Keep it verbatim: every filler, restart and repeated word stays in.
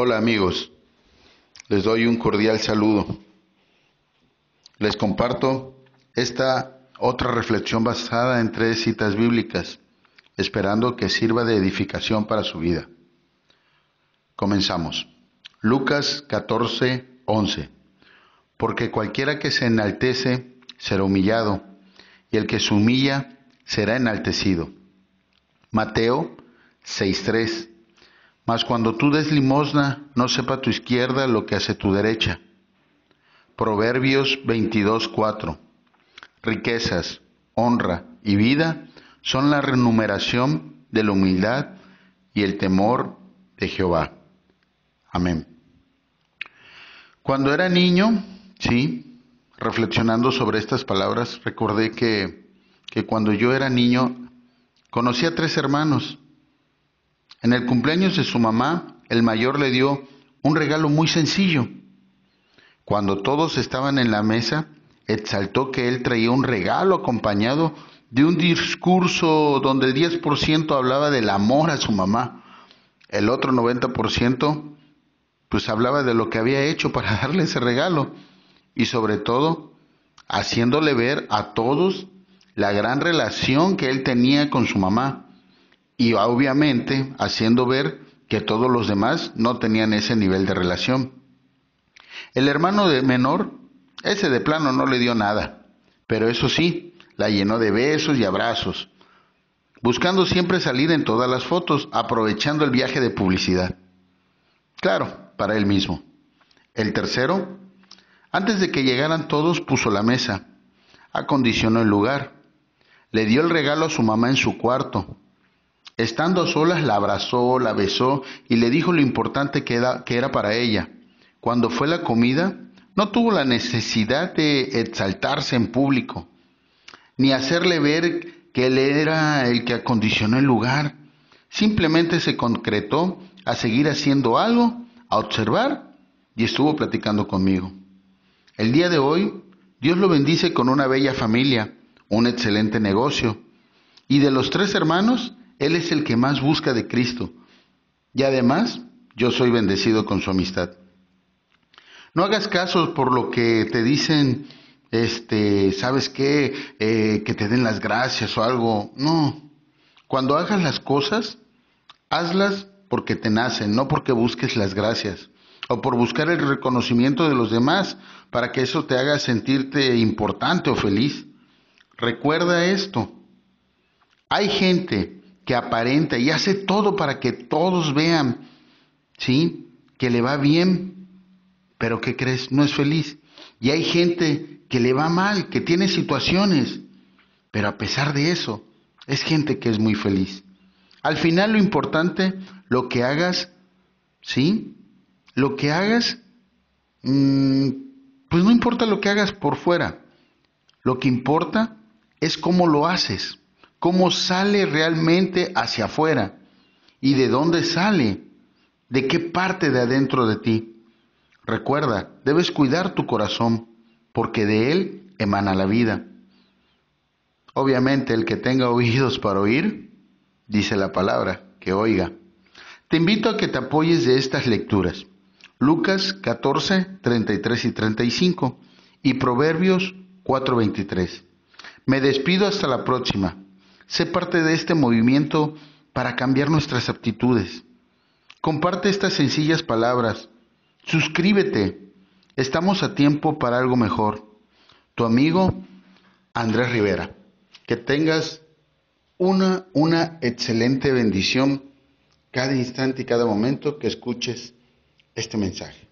Hola amigos, les doy un cordial saludo. Les comparto esta otra reflexión basada en tres citas bíblicas, esperando que sirva de edificación para su vida. Comenzamos. Lucas catorce, once. Porque cualquiera que se enaltece será humillado, y el que se humilla será enaltecido. Mateo seis, tres. Mas cuando tú des limosna, no sepa tu izquierda lo que hace tu derecha. Proverbios veintidós, cuatro. Riquezas, honra y vida son la remuneración de la humildad y el temor de Jehová. Amén. Cuando era niño, sí, reflexionando sobre estas palabras, recordé que, que cuando yo era niño conocí a tres hermanos. En el cumpleaños de su mamá, el mayor le dio un regalo muy sencillo. Cuando todos estaban en la mesa, exaltó que él traía un regalo acompañado de un discurso donde el diez por ciento hablaba del amor a su mamá. El otro noventa por ciento pues hablaba de lo que había hecho para darle ese regalo y sobre todo haciéndole ver a todos la gran relación que él tenía con su mamá. Y obviamente haciendo ver que todos los demás no tenían ese nivel de relación. El hermano de menor, ese de plano no le dio nada, pero eso sí, la llenó de besos y abrazos, buscando siempre salir en todas las fotos, aprovechando el viaje de publicidad. Claro, para él mismo. El tercero, antes de que llegaran todos, puso la mesa, acondicionó el lugar, le dio el regalo a su mamá en su cuarto. Estando a solas la abrazó, la besó y le dijo lo importante que era, que era para ella. Cuando fue la comida, no tuvo la necesidad de exaltarse en público, ni hacerle ver que él era el que acondicionó el lugar. Simplemente se concretó a seguir haciendo algo, a observar y estuvo platicando conmigo. El día de hoy, Dios lo bendice con una bella familia, un excelente negocio. Y de los tres hermanos, él es el que más busca de Cristo. Y además, yo soy bendecido con su amistad. No hagas caso por lo que te dicen, este, ¿sabes qué? Eh, que te den las gracias o algo. No. Cuando hagas las cosas, hazlas porque te nacen, no porque busques las gracias. O por buscar el reconocimiento de los demás, para que eso te haga sentirte importante o feliz. Recuerda esto. Hay gente que aparenta y hace todo para que todos vean, ¿sí? Que le va bien, pero ¿qué crees? No es feliz. Y hay gente que le va mal, que tiene situaciones, pero a pesar de eso, es gente que es muy feliz. Al final lo importante, lo que hagas, ¿sí? Lo que hagas, mmm, pues no importa lo que hagas por fuera. Lo que importa es cómo lo haces. Cómo sale realmente hacia afuera y de dónde sale, de qué parte de adentro de ti. Recuerda, debes cuidar tu corazón, porque de él emana la vida. Obviamente, el que tenga oídos para oír, dice la palabra, que oiga. Te invito a que te apoyes de estas lecturas. Lucas catorce, treinta y tres y treinta y cinco y Proverbios cuatro, veintitrés. Me despido hasta la próxima. Sé parte de este movimiento para cambiar nuestras actitudes. Comparte estas sencillas palabras. Suscríbete. Estamos a tiempo para algo mejor. Tu amigo Andrés Rivera. Que tengas una, una excelente bendición cada instante y cada momento que escuches este mensaje.